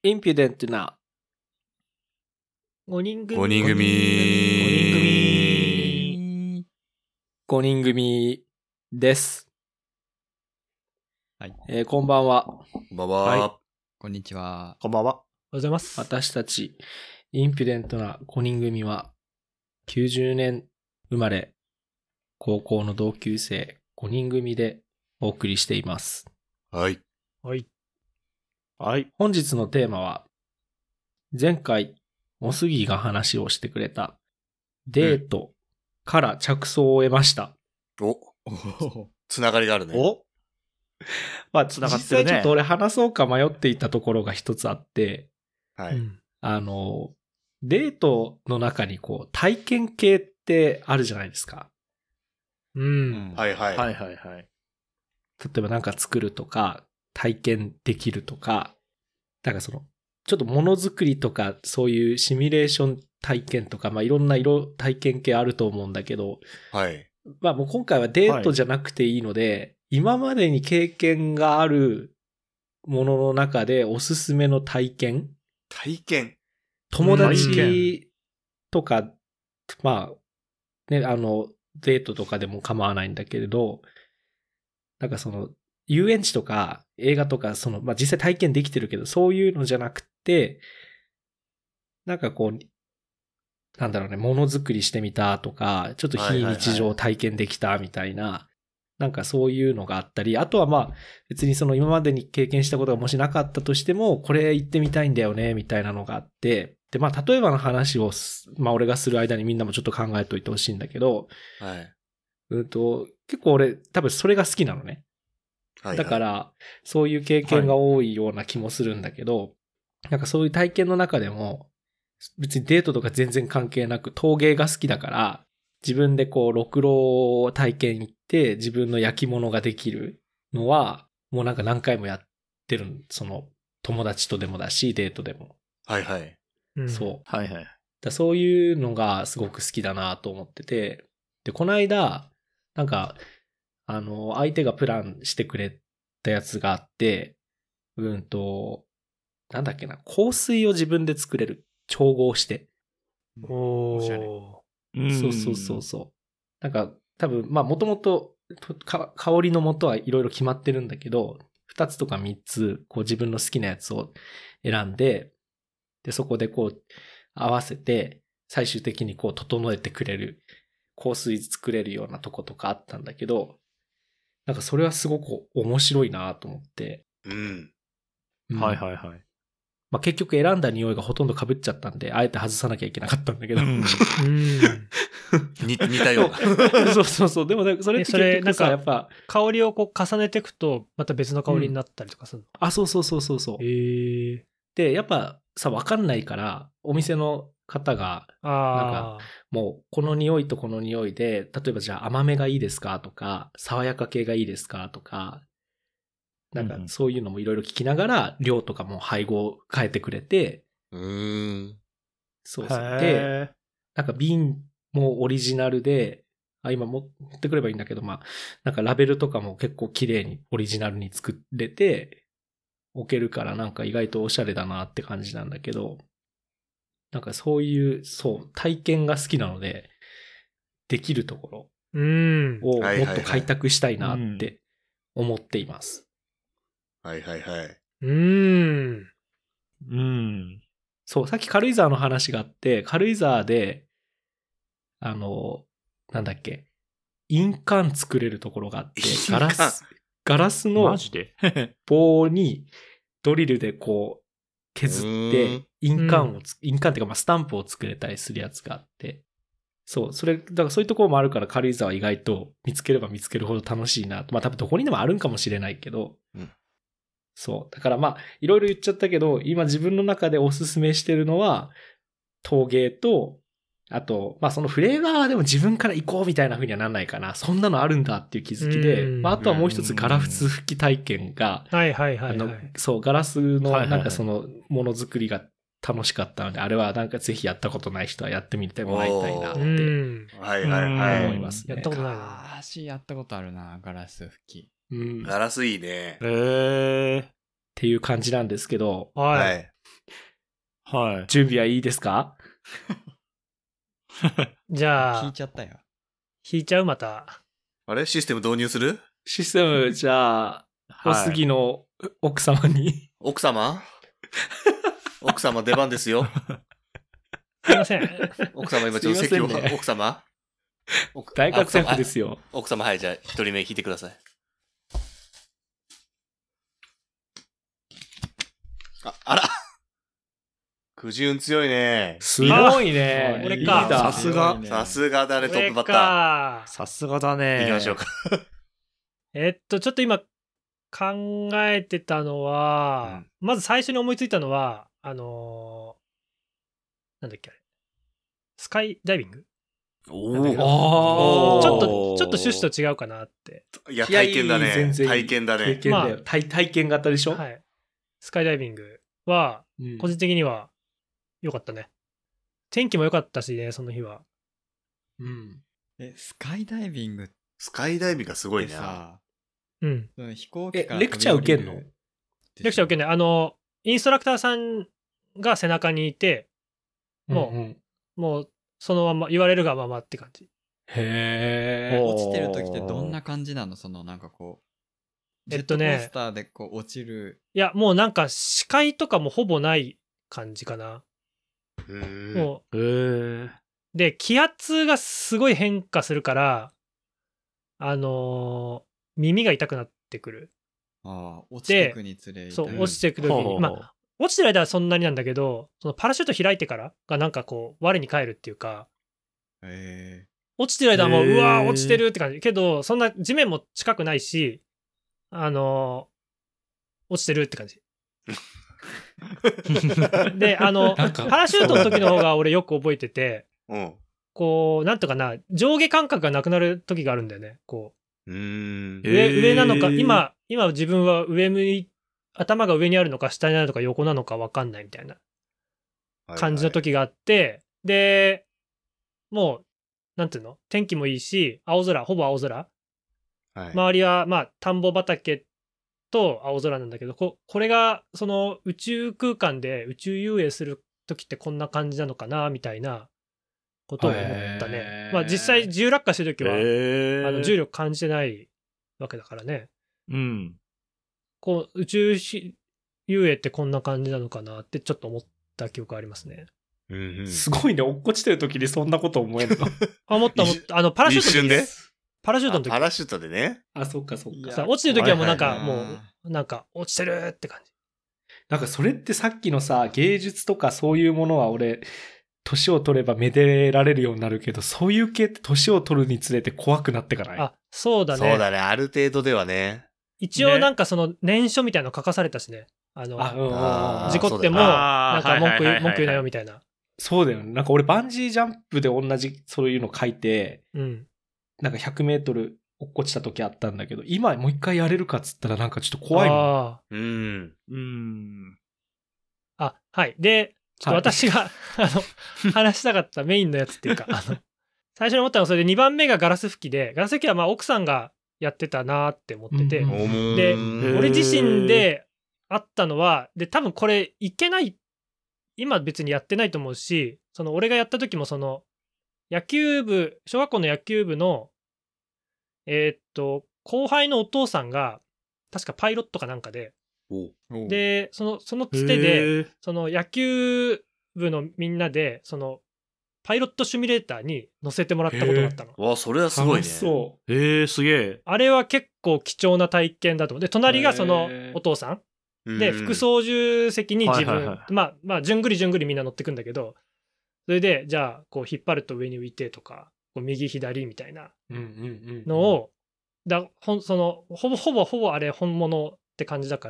インピュデントな5人組。 5人組。 5人組です。 はい。 こんばんは。 こんばんは。 はい。こんにちは。 こんばんは。 おはようございます。 私たち、インピュデントな5人組は、90年生まれ、高校の同級生5人組でお送りしています。 はい。 はい。はい。 本日のテーマは、前回、おすぎが話をしてくれた、デートから着想を得ました。 お、つながりがあるね。 おまあ、実繋がってるね際ちょっと俺話そうか迷っていたところが一つあって、 はい。 うん。 デートの中にこう、体験系ってあるじゃないですか。 うん。 はいはい。 はいはいはい。 例えばなんか作るとか、体験できるとか、なんかその、ちょっとものづくりとか、そういうシミュレーション体験とか、まあいろんな体験系あると思うんだけど、 はい。 まあもう今回はデートじゃなくていいので、今までに経験があるものの中でおすすめの体験、 体験。 友体達とか、まあ、ね、デートとかでも構わないんだけれど、なんかその、遊園地とか映画とか、その、まあ実際体験できてるけど、そういうのじゃなくて、なんかこう、なんだろうね、ものづくりしてみたとか、ちょっと非日常体験できたみたいな、なんかそういうのがあったり、あとはまあ別にその今までに経験したことがもしなかったとしても、これ行ってみたいんだよね、みたいなのがあって、でまあ例えばの話を、まあ俺がする間にみんなもちょっと考えておいてほしいんだけど、 はい。 結構俺多分それが好きなのね。 はい。 だか、ら、そういう経験が多いような気もするんだけど、なんかそういう体験の中でも、別にデートとか全然関係なく陶芸が好きだから、自分でこう、ろくろを体験行って、自分の焼き物ができるのは、もうなんか何回もやってる、その、友達とでもだし、デートでも。 はいはい。 そう。 はいはい。 そういうのがすごく好きだなと思ってて、で、この間、なんか、相手がプランしてくれたやつがあって、なんだっけな、香水を自分で作れる。調合して。 おしゃれそうそうそうそう。なんか、多分、まあ、もともと、香りの元はいろいろ決まってるんだけど、2つとか3つ、こう自分の好きなやつを選んで、で、そこでこう、合わせて、最終的にこう、整えてくれる、香水作れるようなとことかあったんだけど、なんかそれはすごく面白いなと思って。 うん。 はいはいはい。 まあ、結局選んだ匂いがほとんど被っちゃったんで、あえて外さなきゃいけなかったんだけど。 似たような。 そうそうそう。でもそれって結局さ、やっぱ。 香りをこう重ねていくと、また別の香りになったりとかするの。 あ、そうそうそうそうそう。で、やっぱさ、わかんないから、お店の方が、なんか、もう、この匂いとこの匂いで、例えばじゃあ甘めがいいですかとか、爽やか系がいいですかとか、なんかそういうのもいろいろ聞きながら、量とかも配合を変えてくれて、そうそう。で、なんか瓶もオリジナルで、今持ってくればいいんだけど、まあ、なんかラベルとかも結構綺麗にオリジナルに作れて、置けるからなんか意外とおしゃれだなって感じなんだけど、なんかそういう、そう、体験が好きなので、できるところをもっと開拓したいなって思っています。 はいはいはい。 そう、さっき軽井沢の話があって、軽井沢で、なんだっけ、印鑑作れるところがあって、ガラスの棒にドリルでこう削って印鑑っていうかまあスタンプを作れたりするやつがあって、そう、だからそういうところもあるから軽井沢意外と見つければ見つけるほど楽しいなと。まあ多分どこにでもあるんかもしれないけど、そう。だからまあいろいろ言っちゃったけど、今自分の中でおすすめしてるのは陶芸と、あと、まあそのフレーバーはでも自分から行こうみたいな風にはなんないかな。そんなのあるんだっていう気づきで、まああとはもう一つガラス吹き体験が、そう、ガラスのなんかそのものづくりが楽しかったので、あれはなんかぜひやったことない人はやってみてもらいたいなって思いますね。 やったことないな。 私やったことあるな、ガラス吹き。 ガラスいいね。 っていう感じなんですけど、 はい。 はい。 準備はいいですか？ じゃあ聞い、ちゃったよ。 引いちゃうまた。 あれシステム導入する？ システム、じゃあ、おはい杉の奥様に。 奥様奥様出番ですよ。 すいません。 奥様今ちょっと席を、 すいませんね奥様大活躍ですよ。 奥様、はい、じゃあ、一人目引いてください。あらくじ運強いね。 すごいね。 俺かリーダーさすがさすがだね、トップバッタか。 さすがだー。 ね。 行きましょうか。 ちょっと今考えてたのは、まず最初に思いついたのは、なんだっけあれ。スカイダイビングおなんだけどおーちょっと趣旨と違うかなって。 いや、体験だね。 全然いい体験だね。 体験だよ。体験型でしょ？ はい。スカイダイビングは、 うん個人的には良かったね。天気も良かったしね、その日は。 うん。 スカイダイビングっスカイダイビングがすごいな。 てさ、 うん。 その飛行機からレクチャー受けんの？ レクチャー受けない。インストラクターさんが背中にいて、もう、 うんうんもう、そのまま、言われるがままって感じ。 へー。 落ちてる時ってどんな感じなの？そのなんかこう、ジェットコースターでこう落ちる。 いや、もうなんか視界とかもほぼない感じかな。もへー。 う、で、気圧がすごい変化するから、耳が痛くなってくる。 落ちてくにつれ。 そう、落ちてくる時に、 ほうほうほうまあ、落ちてる間はそんなになんだけど、そのパラシュート開いてからがなんかこう、我に返るっていうか、落ちてる間はもう、うわー落ちてるって感じ。けど、そんな地面も近くないし、落ちてるって感じ。で、 なんかパラシュートの時の方が俺よく覚えてて、 うん。 こう、なんとかな、上下感覚がなくなる時があるんだよね。こうん。 う、上なのか、今自分は頭が上にあるのか下にあるのか横なのか分かんないみたいな感じの時があって、で、もう、なんていうの？天気もいいし、青空、ほぼ青空。 はい。 周りは、まあ、田んぼ畑と青空なんだけど、これが、その宇宙空間で宇宙遊泳する時ってこんな感じなのかな、みたいなことを思ったね。まあ、実際、自由落下してる時は、重力感じてないわけだからね。 うん。 こう、宇宙遊泳ってこんな感じなのかなってちょっと思った記憶ありますね。 うんうん。 すごいね。落っこちてる時にそんなこと思えんの？ 思った。パラシュート一瞬でパラシュートの時パラシュートでね。 あ、そっかそっか。 さ、落ちてる時はもうなんか、 はいはいはいもう、なんか、落ちてるって感じ。 なんかそれってさっきのさ、芸術とかそういうものは俺、年を取ればめでられるようになるけど、そういう系って年を取るにつれて怖くなってかない？ あ、そうだね。 そうだね。ある程度ではね。 一応なんかその念書みたいなの書かされたしね。事故っても、なんか文句言うなよみたいな。 そうだよね。なんか俺バンジージャンプで同じそういうの書いて、なんか100メートル落っこちた時あったんだけど、今もう一回やれるかっつったらなんかちょっと怖いもん。 はい。で、ちょっと私が、話したかったメインのやつっていうか、最初に思ったのはそれで2番目がガラス吹きで、ガラス吹きはまあ奥さんがやってたなーって思ってて、で、俺自身であったのは、で、多分これいけない、今別にやってないと思うし、その俺がやった時もその、小学校の野球部の、後輩のお父さんが、確かパイロットかなんかで、で、そのつてで、その野球部のみんなで、その、パイロットシミュレーターに乗せてもらったことがあったの。 わ、それはすごいね。 そう。 すげえ。 あれは結構貴重な体験だと思う。で、隣がそのお父さん。で、副操縦席に自分、まあ、じゅんぐりみんな乗ってくんだけど、それで、じゃあ、こう引っ張ると上に浮いてとか、こう右左みたいなのを、その、ほぼあれ本物って感じだから、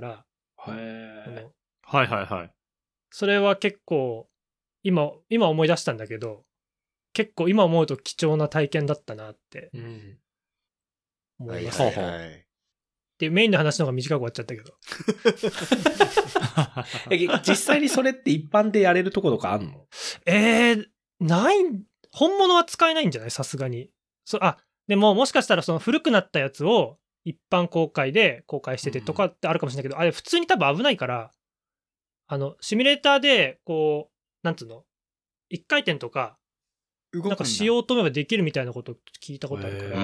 それは結構、今思い出したんだけど、結構今思うと貴重な体験だったなって思います。で、メインの話の方が短く終わっちゃったけど。 実際にそれって一般でやれるところとかあんの？ 本物は使えないんじゃない？さすがに。でももしかしたらその古くなったやつを一般公開で公開しててとかってあるかもしれないけど、あれ普通に多分危ないから、 シミュレーターで、こう、なんつうの、一回転とか、なんかしようと思えばできるみたいなこと聞いたことあるから、だから、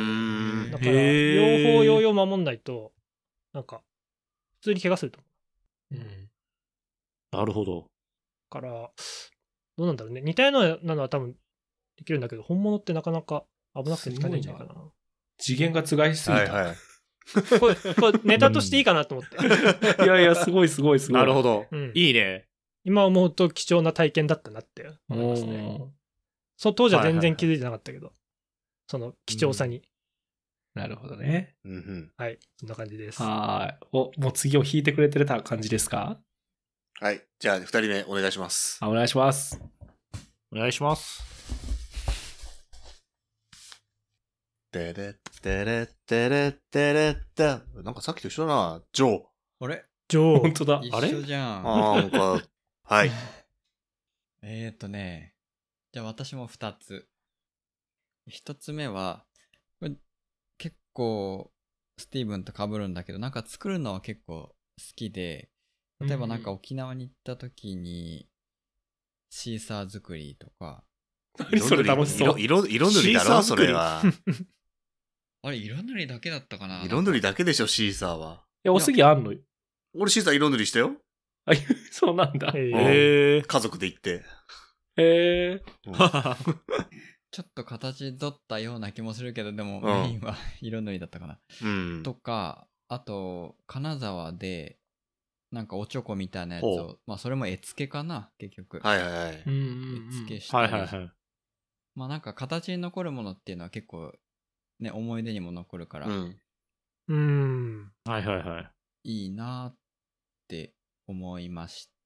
両方用守んないと、なんか、普通に怪我すると思う。 なるほど。 から、どうなんだろうね。似たようなのは多分できるんだけど、本物ってなかなか危なくて使えないんじゃないかな。 次元が違いすぎた。 はいはい。 これネタとしていいかなと思って。 いやいや、すごいすごいすごい。 なるほど。 いいね。 今思うと貴重な体験だったなって思いますね。そう当時は全然気づいてなかったけど、その貴重さに。 なるほどね。 はい、そんな感じです。 はい。もう次を引いてくれてた感じですか？ はい。じゃあ、2人目お願いします。 お願いします。 お願いします。 てれってれってれってれって。なんかさっきと一緒だな。ジョー。 あれ？ ジョー。 本当だ。 一緒じゃん。 なんか、はい。 じゃあ私も2つ。1つ目は、これ結構スティーブンと被るんだけど、なんか作るのは結構好きで、例えばなんか沖縄に行った時に、シーサー作りとか。 何それ楽しそう。 色塗りだろそれは。 あれ、色塗りだけだったかな？ 色塗りだけでしょ、シーサーは。 いや、おすぎあんの？ 俺シーサー色塗りしたよ。 あ、そうなんだ。 家族で行って。 ちょっと形取ったような気もするけど、でもメインは色塗りだったかな。とか、あと、金沢で、なんかおちょこみたいなやつを、まあそれも絵付けかな、結局。 はいはいはい。 絵付けしたり。まあなんか形に残るものっていうのは結構、ね、思い出にも残るから。 はいはいはい。 いいなって思いました。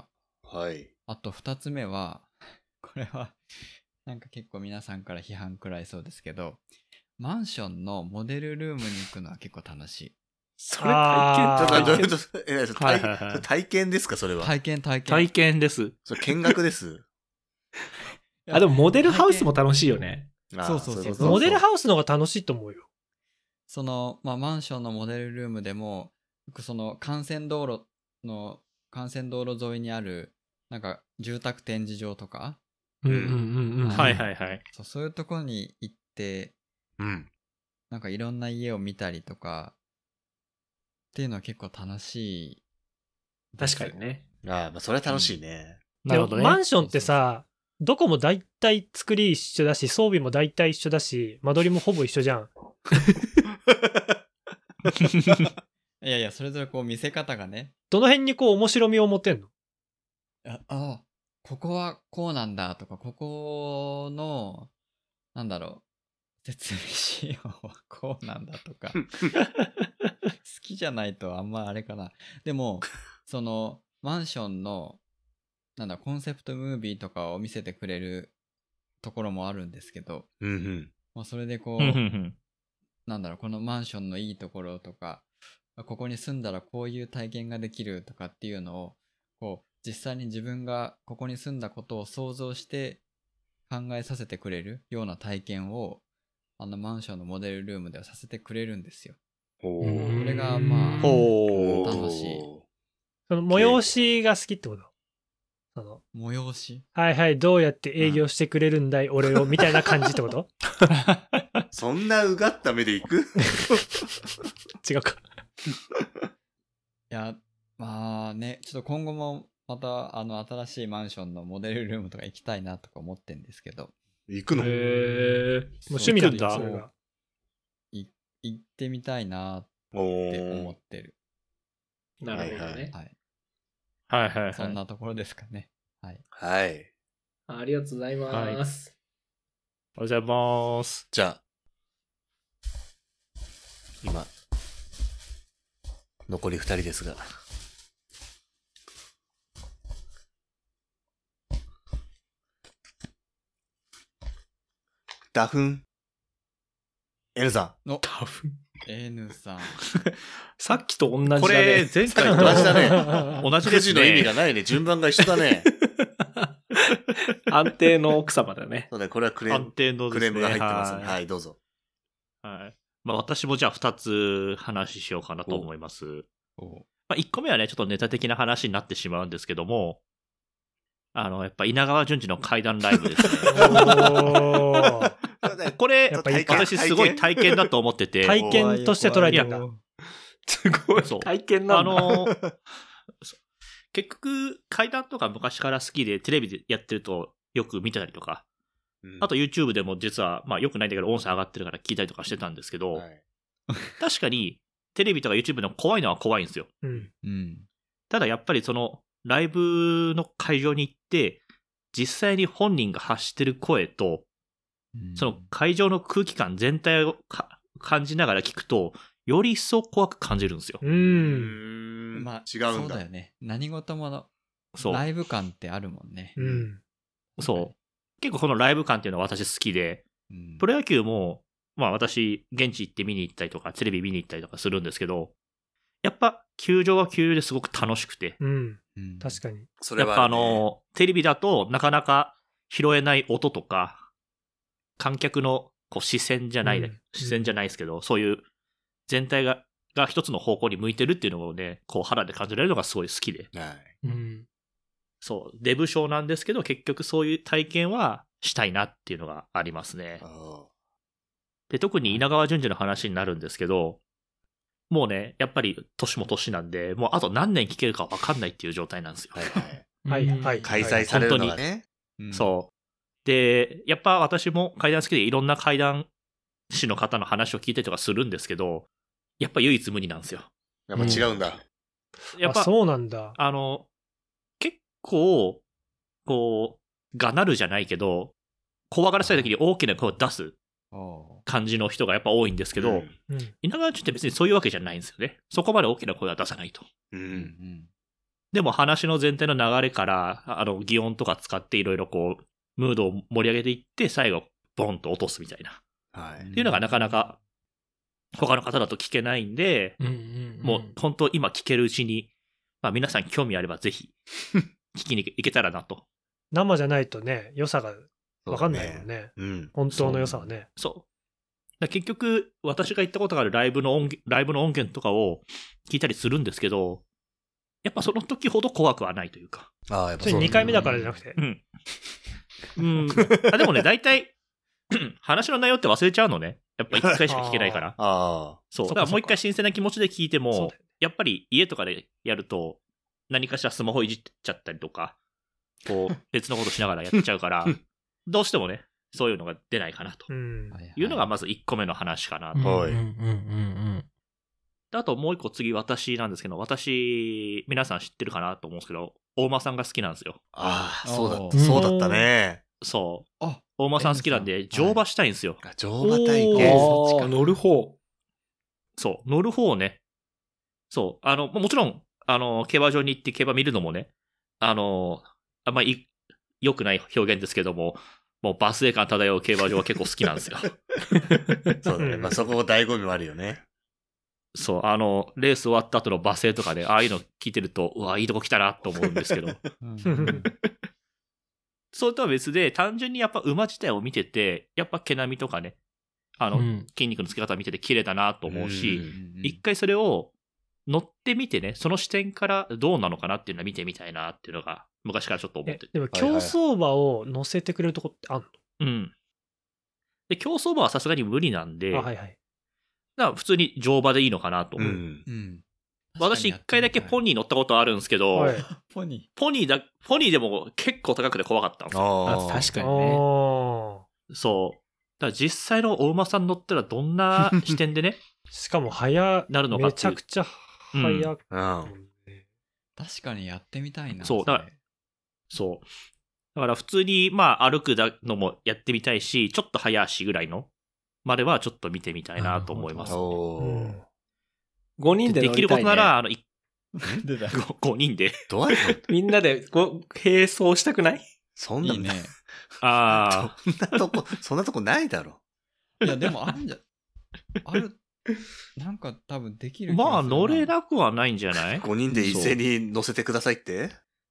はい。 あと2つ目は、これは、なんか結構皆さんから批判くらいそうですけど、マンションのモデルルームに行くのは結構楽しい。 それ体験体験ですかそれは。 体験です。 それ見学です。 でもモデルハウスも楽しいよね。 そうモデルハウスの方が楽しいと思うよ。 その、まあ、マンションのモデルルームでも、その幹線道路沿いにある、なんか住宅展示場とか、 はいはいはい。 そういうところに行って、なんかいろんな家を見たりとか、っていうのは結構楽しい。 確かにね。 まあそれは楽しいね。 なるほどね。マンションってさ、どこも大体作り一緒だし、装備も大体一緒だし、間取りもほぼ一緒じゃん。 いやいや、それぞれこう見せ方がね。 どの辺にこう面白みを持てんの？ ここはこうなんだとか、ここの、なんだろう、設備仕様はこうなんだとか。好きじゃないとあんまあれかな。でも、その、マンションの、コンセプトムービーとかを見せてくれるところもあるんですけど、まあそれでこう、このマンションのいいところとか、ここに住んだらこういう体験ができるとかっていうのを、こう、実際に自分がここに住んだことを想像して考えさせてくれるような体験を、マンションのモデルルームではさせてくれるんですよ。これがまあ、楽しい。 その催しが好きってこと？その催し？ はいはい、どうやって営業してくれるんだい、俺を、みたいな感じってこと？ そんなうがった目でいく？ 違うか。 いや、まあね、ちょっと今後もまた新しいマンションのモデルルームとか行きたいなとか思ってんですけど。 行くの？ もう趣味なんだ、それが。 行ってみたいなって思ってる。 なるほどね。 はいはいはい。 そんなところですかね。はい。 はい。 ありがとうございます。 ありがとうございます。 じゃあ、今、残り2人ですが。ダフン。N さん。 ダフン。 N さん。 さっきと同じだね。 これ、前回と同じだね。 同じですね。 くじの意味がないね。順番が一緒だね。 安定の奥様だね。 そうね、これはクレーム。 安定のですね。 クレームが入ってますね。はい、どうぞ。 はい。まあ私もじゃあ2つ話しようかなと思います。 まあ、1個目はね、ちょっとネタ的な話になってしまうんですけども、やっぱ稲川淳二の怪談ライブですね。 おーこれやっぱいいか私すごい体験だと思ってて、 体験として捉えてんだ。 すごい。 そう体験なんだ。 そう結局、怪談とか昔から好きで、テレビでやってるとよく見てたりとか、あと YouTube でも実は、まあよくないんだけど音声上がってるから聞いたりとかしてたんですけど、 はい、 確かにテレビとか YouTube でも怖いのは怖いんですよ。 うん。 ただやっぱりそのライブの会場に行って、実際に本人が発してる声と、その会場の空気感全体を感じながら聞くと、より一層怖く感じるんですよ。 まあ、 違うんだ。 そうだよね。何事もそう。 ライブ感ってあるもんね。 そう。結構このライブ感っていうのは私好きで、プロ野球も、まあ私、現地行って見に行ったりとか、テレビ見に行ったりとかするんですけど、やっぱ球場は球場ですごく楽しくて。 確かに。 それは、ね、 やっぱテレビだとなかなか拾えない音とか、観客のこう視線じゃないですけど、そういう全体が一つの方向に向いてるっていうのをね、こう肌で感じられるのがすごい好きで。 はい。 そう、デブ賞なんですけど、結局そういう体験はしたいなっていうのがありますね。で、特に稲川淳二の話になるんですけど、もうね、やっぱり年も年なんで、もうあと何年聞けるか分かんないっていう状態なんですよ。 はいはい。 開催されるのがね。 そう。で、やっぱ私も怪談好きでいろんな怪談師の方の話を聞いたりとかするんですけど、やっぱ唯一無二なんですよ。 やっぱ違うんだ。 やっぱ、 そうなんだ。 結構、こう、がなるじゃないけど、怖がらせたい時に大きな声を出す感じの人がやっぱ多いんですけど、稲川淳って別にそういうわけじゃないんですよね。そこまで大きな声は出さないと。でも話の全体の流れから、擬音とか使っていろいろこう、ムードを盛り上げていって、最後、ボンと落とすみたいな。っていうのがなかなか、他の方だと聞けないんで、もう本当今聞けるうちに、まあ皆さん興味あればぜひ、聞きに行けたらなと。 生じゃないとね、良さが分かんないもんね。本当の良さはね。 そう。結局、私が行ったことがあるライブの音源とかを聞いたりするんですけど、やっぱその時ほど怖くはないというか。 やっぱそれ2回目だからじゃなくて。 でもね、大体、話の内容って忘れちゃうのね。やっぱ1回しか聞けないから。そう。だからもう一回新鮮な気持ちで聞いても、やっぱり家とかでやると、何かしらスマホいじっちゃったりとか、こう、別のことしながらやっちゃうから、どうしてもね、そういうのが出ないかなと。いうのがまず1個目の話かなと。あともう1個次私なんですけど、私、皆さん知ってるかなと思うんですけど、大間さんが好きなんですよ。 そうだったね。 そう。大間さん好きなんで、乗馬したいんですよ。 乗馬体験。 乗る方。 そう、乗る方ね。そう。もちろん、競馬場に行って競馬見るのもね、あんまり良くない表現ですけども、もうバスエ感漂う競馬場は結構好きなんですよ。 そうだね。まあそこも醍醐味もあるよね。 そう、レース終わった後の馬声とかで、ああいうの聞いてると、うわ、いいとこ来たなと思うんですけど。それとは別で、単純にやっぱ馬自体を見てて、やっぱ毛並みとかね、筋肉のつけ方見てて綺麗だなと思うし、一回それを乗ってみてね、その視点からどうなのかなっていうのは見てみたいなっていうのが、昔からちょっと思ってて。 でも競走馬を乗せてくれるとこってあんの？ で、競走馬はさすがに無理なんで、 だから普通に乗馬でいいのかなと思う。私一回だけポニー乗ったことあるんですけど、ポニーでも結構高くて怖かったんですよ。 確かにね。 そう。だから実際のお馬さん乗ったらどんな視点でね、 しかもなるのかっていう。 めちゃくちゃ速く、 確かにやってみたいな。 そう。だから普通に歩くのもやってみたいし、ちょっと早足ぐらいのまではちょっと見てみたいなと思います、ね。 5人で乗りたいね。 できることなら、5人で。 どうやってみんなで並走したくない？ そんな、 いいね。 そんなとこないだろ。 いや、でもあるんじゃ、なんか多分できる。 乗れなくはないんじゃない？ 5 人で一斉に乗せてくださいって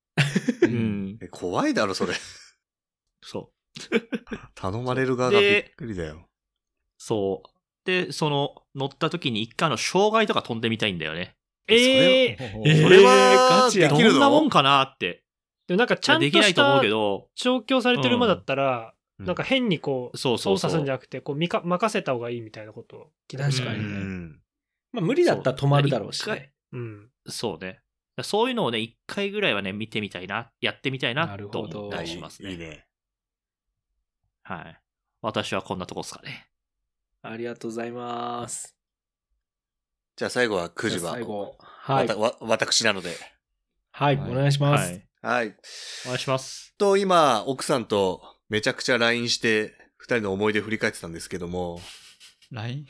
怖いだろ、それ。 そう。 頼まれる側がびっくりだよ。 そう。で、乗った時に一回障害とか飛んでみたいんだよね。 それは、 ガチやできるのどんなもんかなって。 でもなんかちゃんとできないと思したうけど、 調教されてる馬だったら、なんか変にそう操作するんじゃなくて、任せた方がいいみたいなことを聞いた。 確かにね。まあ無理だったら止まるだろうしね。 そうね。そういうのをね、一回ぐらいはね、見てみたいな、やってみたいなと思ったりしますね。 いいね。 はい。私はこんなとこですかね。 ありがとうございます。 じゃあ最後はくじは。 最後。はい。 私なので。 はい、お願いします。 はい。 お願いします。 今、奥さんとめちゃくちゃ LINE して、二人の思い出振り返ってたんですけども。 LINE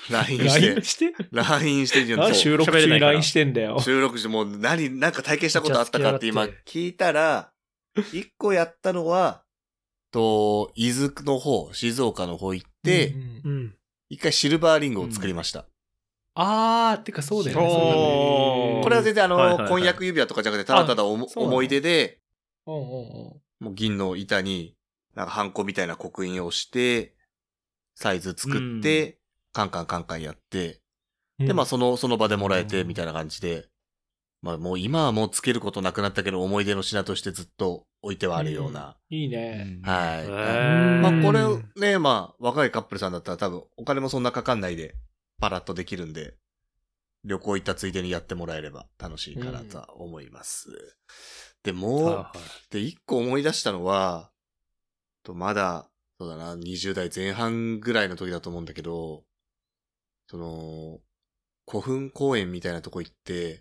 して収録中に LINE してんだよ。 収録して、もうなんか体験したことあったかって今聞いたら、一個やったのは、伊豆の方、静岡の方行って、一回シルバーリングを作りました。 てかそうだよね。 これは全然婚約指輪とかじゃなくて、ただただ思い出で、もう銀の板に、なんかハンコみたいな刻印をして、サイズ作って、カンカンやって、で、まあその場でもらえて、みたいな感じで、まあもう今はもうつけることなくなったけど、思い出の品としてずっと置いてはあるような。 いいね。 はい。まあこれね、まあ若いカップルさんだったら多分お金もそんなかかんないで、パラッとできるんで、旅行行ったついでにやってもらえれば楽しいかなとは思います。で、一個思い出したのは、まだ、そうだな、20代前半ぐらいの時だと思うんだけど、古墳公園みたいなとこ行って、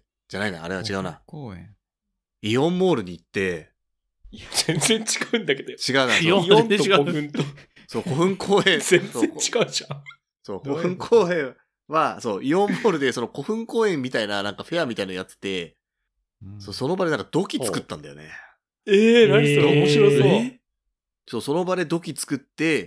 じゃないな、あれは違うな。 公園イオンモールに行って、 全然違うんだけど。違うな。 イオンと古墳と。 そう、古墳公園。 全然違うじゃん。 そう、古墳公園は、そう、イオンモールでその古墳公園みたいな、なんかフェアみたいなのやってて、その場でなんか土器作ったんだよね。 何それ面白そう。 その場で土器作って、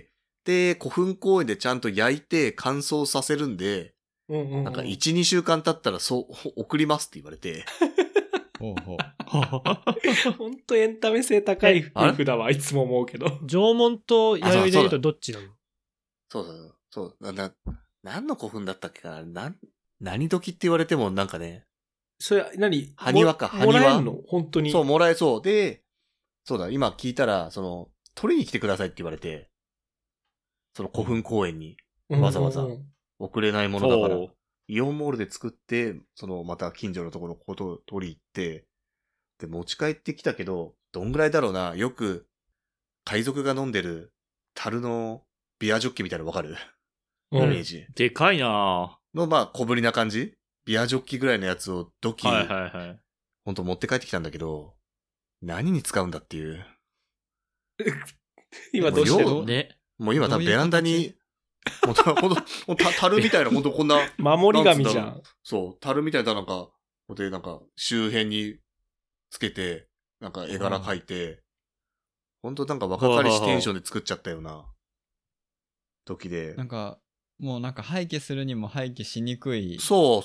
で、古墳公園でちゃんと焼いて乾燥させるんで、なんか1、2週間経ったら送りますって言われて。 ほんとエンタメ性高い夫婦だわ、いつも思うけど。 縄文と弥生で言うとどっちなの？ そう。何の古墳だったっけかな？何土器って言われてもなんかね。 それ、 埴輪か、 埴輪。もらえるの？本当に。 そう、もらえそう。で、そうだ、今聞いたら、取りに来てくださいって言われて、その古墳公園に、わざわざ、送れないものだから、イオンモールで作って、また近所のところを取り行って、で、持ち帰ってきたけど、どんぐらいだろうな、よく、海賊が飲んでる、樽のビアジョッキみたいなのわかる？イメージ。 でかいなの、まあ、小ぶりな感じ？ビアジョッキぐらいのやつを土器、ほんと持って帰ってきたんだけど、何に使うんだっていう。 今どうしてるの？ もう今多分ベランダに、ほんと、樽みたいな、ほんとこんな。 守り神じゃん。 そう、樽みたいななんか、なんか周辺につけて、なんか絵柄描いて、ほんとなんか若かりしテンションで作っちゃったような時で。 なんか、もうなんか廃棄するにも廃棄しにくい。 そう。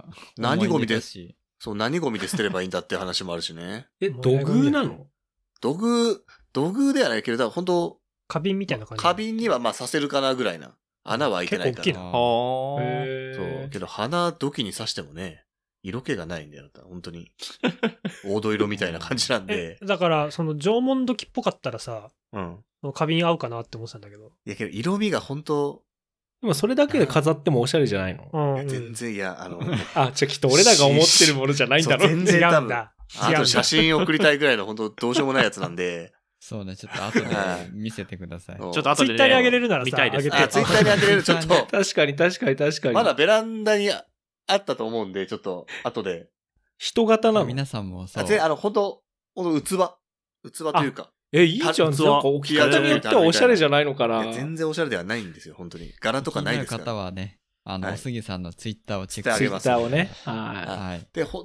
何ゴミで、何ゴミで捨てればいいんだって話もあるしね。 土偶なの？ 土偶ではないけど、本当花瓶みたいな感じ。 花瓶にはまあさせるかなぐらいな。穴は開いてないから。 結構大きいな。 そう。けど花土器に刺してもね、色気がないんだよ。本当に。黄土色みたいな感じなんで。 だから、その縄文土器っぽかったらさ、花瓶合うかなって思ってたんだけど。 いやけど色味が本当でもそれだけで飾ってもおしゃれじゃないの？ 全然じゃあきっと俺らが思ってるものじゃないんだろう。 全然多分。あと写真送りたいぐらいの本当どうしようもないやつなんで。 そうね、ちょっと後で見せてください。ちょっと後でね。 ツイッターにあげれるならさ、 見たいです。 ツイッターにあげれる、ちょっと。 確かに。 まだベランダにあったと思うんで、ちょっと後で。 人型なの？ 皆さんもそう。 本当器というか。 いいじゃん。なんか置き方によってはおしゃれじゃないのかな。 全然おしゃれではないんですよ、本当に。柄とかないですから。 気になる方はね、おすぎさんのツイッターをチェックしてあげます。 ツイッターをね。 はい。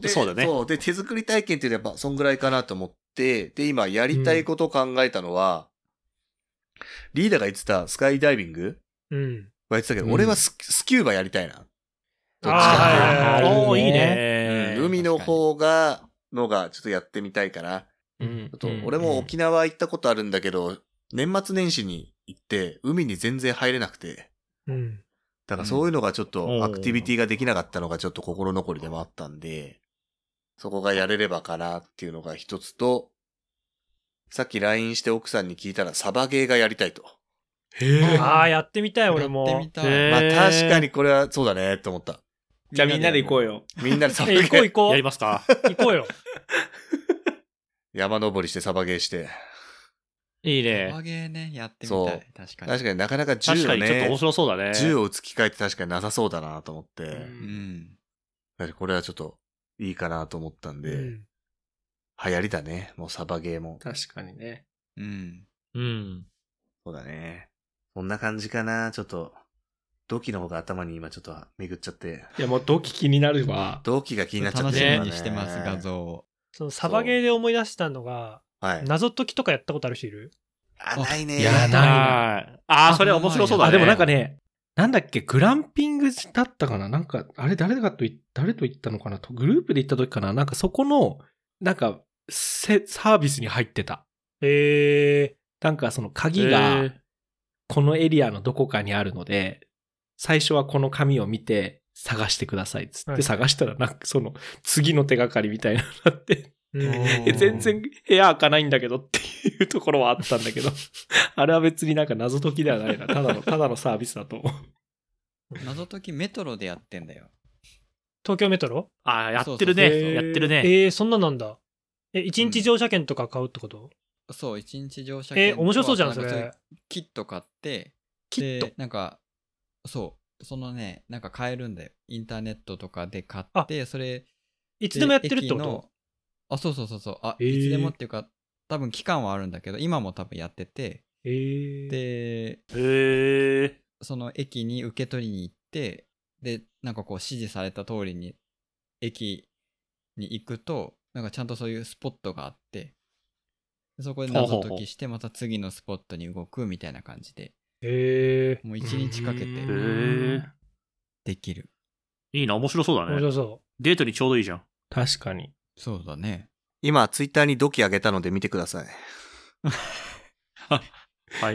そうだね。で、手作り体験っていうのはやっぱ、そんぐらいかなと思って、で、今やりたいことを考えたのは、リーダーが言ってたスカイダイビングは言ってたけど、俺はスキューバやりたいな。どっちかっていうと。 いいね。 海の方がちょっとやってみたいかな。俺も沖縄行ったことあるんだけど、年末年始に行って、海に全然入れなくて。 だからそういうのがちょっとアクティビティができなかったのがちょっと心残りでもあったんで、そこがやれればかなっていうのが一つと、さっき LINE して奥さんに聞いたらサバゲーがやりたいと。 へああ、やってみたい、俺も。 やってみたい。 まあ確かにこれはそうだねって思った。 じゃあみんなで行こうよ。 みんなでサバゲー。 行こう行こう。 やりますか？ 行こうよ。 山登りしてサバゲーして。 いいね。 サバゲーね、やってみたい。確かに。 確かになかなか銃をね。 確かにちょっと面白そうだね。 銃を撃つ機会って確かになさそうだなと思って。 うん。 これはちょっといいかなと思ったんで。流行りだね。もうサバゲーも。 確かにね。 うん。 うん。 そうだね。こんな感じかな。ちょっと、土器の方が頭に今ちょっと巡っちゃって。 いやもう土器気になるわ。 土器が気になっちゃって楽しみにしてます、画像を。 そのサバゲーで思い出したのが、 はい。 謎解きとかやったことある人いる？ ないね。 いや、ないな。 ああ、それ面白そうだね。 でもなんかね、なんだっけ、グランピングだったかななんか、あれ誰と行ったのかなグループで行った時かななんかそこの、なんか、サービスに入ってた。なんかその鍵が、このエリアのどこかにあるので、最初はこの紙を見て探してくださいっつって探したら、なんかその次の手がかりみたいなのがあって、全然部屋開かないんだけどっていうところはあったんだけど、あれは別になんか謎解きではないな。ただのサービスだと思う。 謎解きメトロでやってんだよ。 東京メトロ？ ああ、やってるね。やってるね。 そんななんだ。一日乗車券とか買うってこと？ そう、一日乗車券。 面白そうじゃん、それ。 キット買って、 キット？ なんか、そう、そのね、なんか買えるんだよ。インターネットとかで買って、それ、 いつでもやってるってこと？ そう。いつでもっていうか、多分期間はあるんだけど、今も多分やってて、で、その駅に受け取りに行って、で、なんかこう指示された通りに駅に行くと、なんかちゃんとそういうスポットがあって、そこで謎解きして、また次のスポットに動くみたいな感じで。もう一日かけてできる。 いいな、面白そうだね。 面白そう。 デートにちょうどいいじゃん。 確かに。 そうだね。 今、ツイッターに土器あげたので見てください。 はい。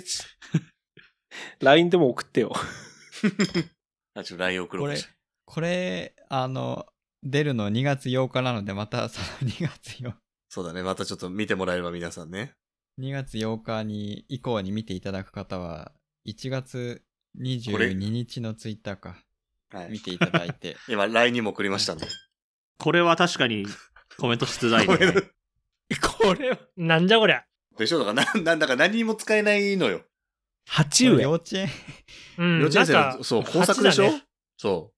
LINE でも送ってよ。 LINE 送ろう。 これ、出るの2月8日なので、またその2月8日。 そうだね。またちょっと見てもらえれば皆さんね。 2月8日以降に見ていただく方は、1月22日のツイッターか。はい。見ていただいて。 今、LINE にも送りましたんで。 これは確かにコメントしづらいね。 これは、なんじゃこりゃ。 でしょ？だから何にも使えないのよ。 鉢植え。 幼稚園。 幼稚園生の、そう、工作でしょ？そう。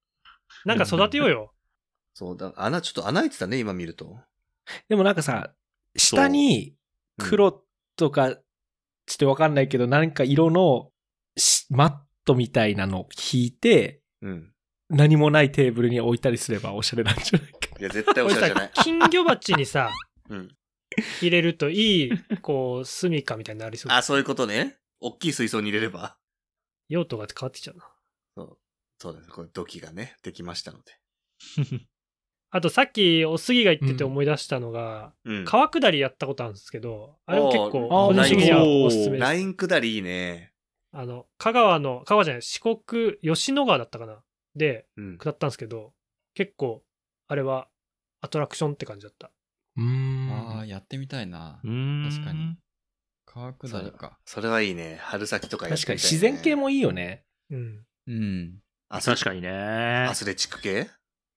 なんか育てようよ。 そう、ちょっと穴開いてたね、今見ると。 でもなんかさ、下に黒とか、ちょっとわかんないけど、なんか色のマットみたいなのを引いて、何もないテーブルに置いたりすればおしゃれなんじゃないか。 いや、絶対おしゃれじゃない。 金魚鉢にさ、入れるといい、こう、住みかみたいになりそう。 あ、そういうことね。大きい水槽に入れれば。 用途が変わってきちゃうな。 そうです。これ土器がね、できましたので。 あとさっきおすぎが言ってて思い出したのが、川下りやったことあるんですけど、あれも結構個人的にはおすすめです。 ライン下りいいね。 川じゃない、四国、吉野川だったかなで、下ったんですけど、結構、あれはアトラクションって感じだった。 ああ、やってみたいな。確かに。川下りか。 それはいいね。春先とかやってみたいね。 確かに自然系もいいよね。 確かにね。 アスレチック系？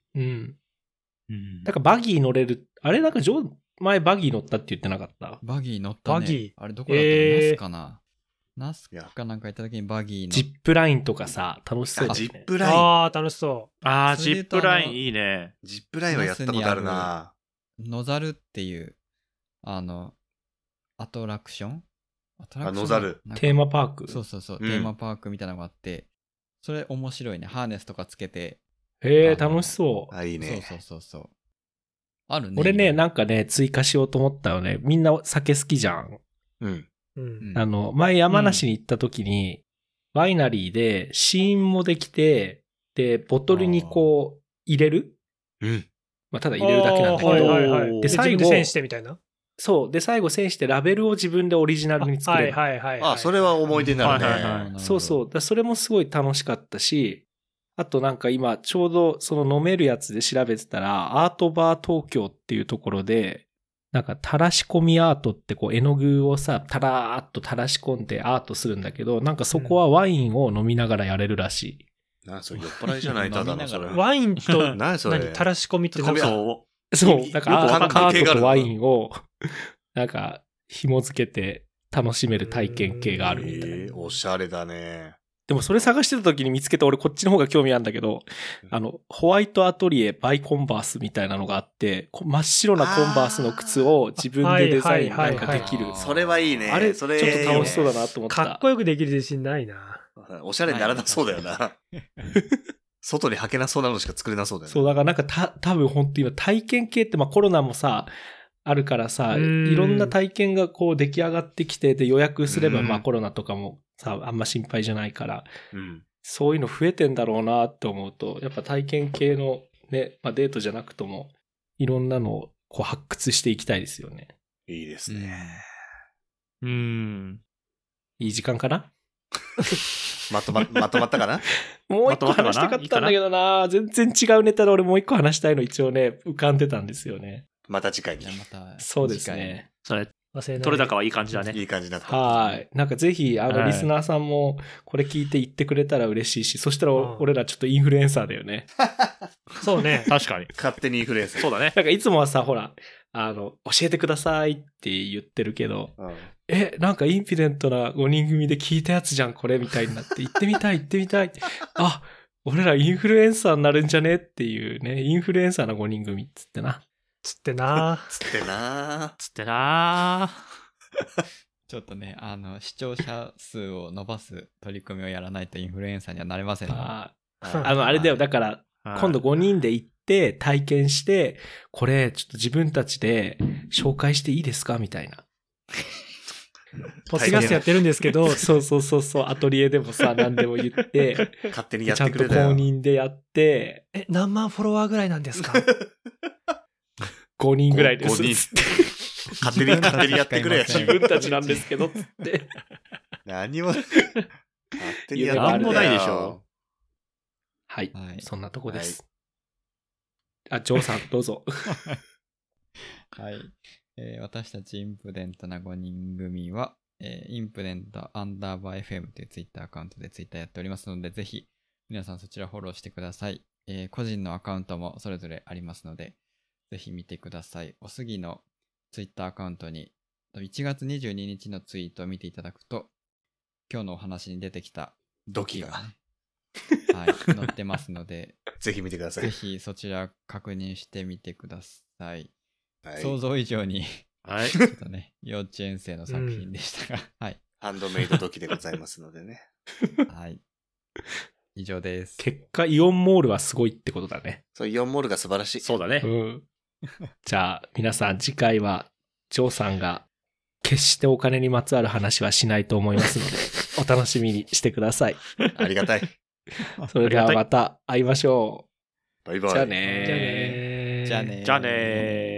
なんかバギー乗れる。あれなんか前バギー乗ったって言ってなかった？ バギー乗ったね。バギー。あれどこだったの？ナスかな？ナスかなんか行った時にバギーの。 ジップラインとかさ、楽しそうだね。 ジップライン。 ああ、楽しそう。 ジップラインいいね。 ジップラインはやったことあるな。 ノザルっていう、アトラクション？ ノザル。 テーマパーク？ そう。テーマパークみたいなのがあって、それ面白いね。ハーネスとかつけて。 楽しそう。 いいね。 そう。あるね。 俺ね、なんかね、追加しようと思ったよね。みんな酒好きじゃん。前山梨に行った時に、ワイナリーで試飲もできて、で、ボトルにこう、入れる？ただ入れるだけなんだけど、 で、最後、自分で栓してみたいな。 そう。で、最後遷してラベルを自分でオリジナルに作れる。 あ、それは思い出になるね。 そうそう。それもすごい楽しかったし、あとなんか今ちょうどその飲めるやつで調べてたら、アートバー東京っていうところで、なんか垂らし込みアートってこう絵の具をさ、たらーっと垂らし込んでアートするんだけど、なんかそこはワインを飲みながらやれるらしい。 なんそれ酔っ払いじゃないただのそれ。 ワインと何それ垂らし込みってそう、 なんかアートとワインを、なんか紐付けて楽しめる体験系があるみたいな。 おしゃれだね。 でもそれ探してた時に見つけて俺こっちの方が興味あるんだけど、ホワイトアトリエバイコンバースみたいなのがあって、真っ白なコンバースの靴を自分でデザインなんかできる。 それはいいね。 あれ、ちょっと楽しそうだなと思った。 かっこよくできる自信ないな。 おしゃれにならなそうだよな。外に履けなそうなのしか作れなそうだよね。 そう、だからなんか多分本当今体験系って、まあコロナもさ、あるからさ、いろんな体験がこう出来上がってきて、で予約すればまあコロナとかもさ、あんま心配じゃないから、そういうの増えてんだろうなって思うと、やっぱ体験系のね、まあデートじゃなくとも、いろんなのをこう発掘していきたいですよね。 いいですね。 いい時間かなまとまったかなもう一個話したかったんだけどな、全然違うネタで俺もう一個話したいの一応ね、浮かんでたんですよね。 また次回に。 そうですね。 それ、取れ高はいい感じだね。 いい感じになった。 はい。なんかぜひ、リスナーさんもこれ聞いて言ってくれたら嬉しいし、そしたら俺らちょっとインフルエンサーだよね。 そうね。 確かに。 勝手にインフルエンサー。 そうだね。 なんかいつもはさ、ほら、教えてくださいって言ってるけど、なんかインフィデントな5人組で聞いたやつじゃん、これみたいになって、行ってみたい。あ、俺らインフルエンサーになるんじゃねっていうね、インフルエンサーな5人組っつってな。 つってなちょっとね、視聴者数を伸ばす取り組みをやらないとインフルエンサーにはなれませんね。 あれだよ、だから、今度5人で行って体験して、これちょっと自分たちで紹介していいですかみたいな。 ポッドキャストやってるんですけど、 そう、アトリエでもさ、何でも言って、 勝手にやってくれたよ。 ちゃんと公認でやって、 何万フォロワーぐらいなんですか 5人ぐらいです。 勝手にやってくれ。 自分たちなんですけど、つって。 何も、勝手にやってくれ。 何もないでしょ。 はい。そんなとこです。ジョーさん、どうぞ。 はい。私たちインプデントな5人組は、インプデント_FM というツイッターアカウントでツイッターやっておりますので、ぜひ皆さんそちらフォローしてください。個人のアカウントもそれぞれありますので、ぜひ見てください。おすぎのツイッターアカウントに1月22日のツイートを見ていただくと、今日のお話に出てきたドキが、 載ってますので、 ぜひ見てください。 ぜひそちら確認してみてください。 はい、 想像以上に、ちょっとね、幼稚園生の作品でしたが、はい。 ハンドメイドドキでございますのでね。 はい。以上です。 結果、イオンモールはすごいってことだね。 そう、イオンモールが素晴らしい。 そうだね。 じゃあ、皆さん次回は、ジョーさんが決してお金にまつわる話はしないと思いますので、お楽しみにしてください。 ありがたい。 それではまた会いましょう。 バイバイ。 じゃあねー。 じゃあねー。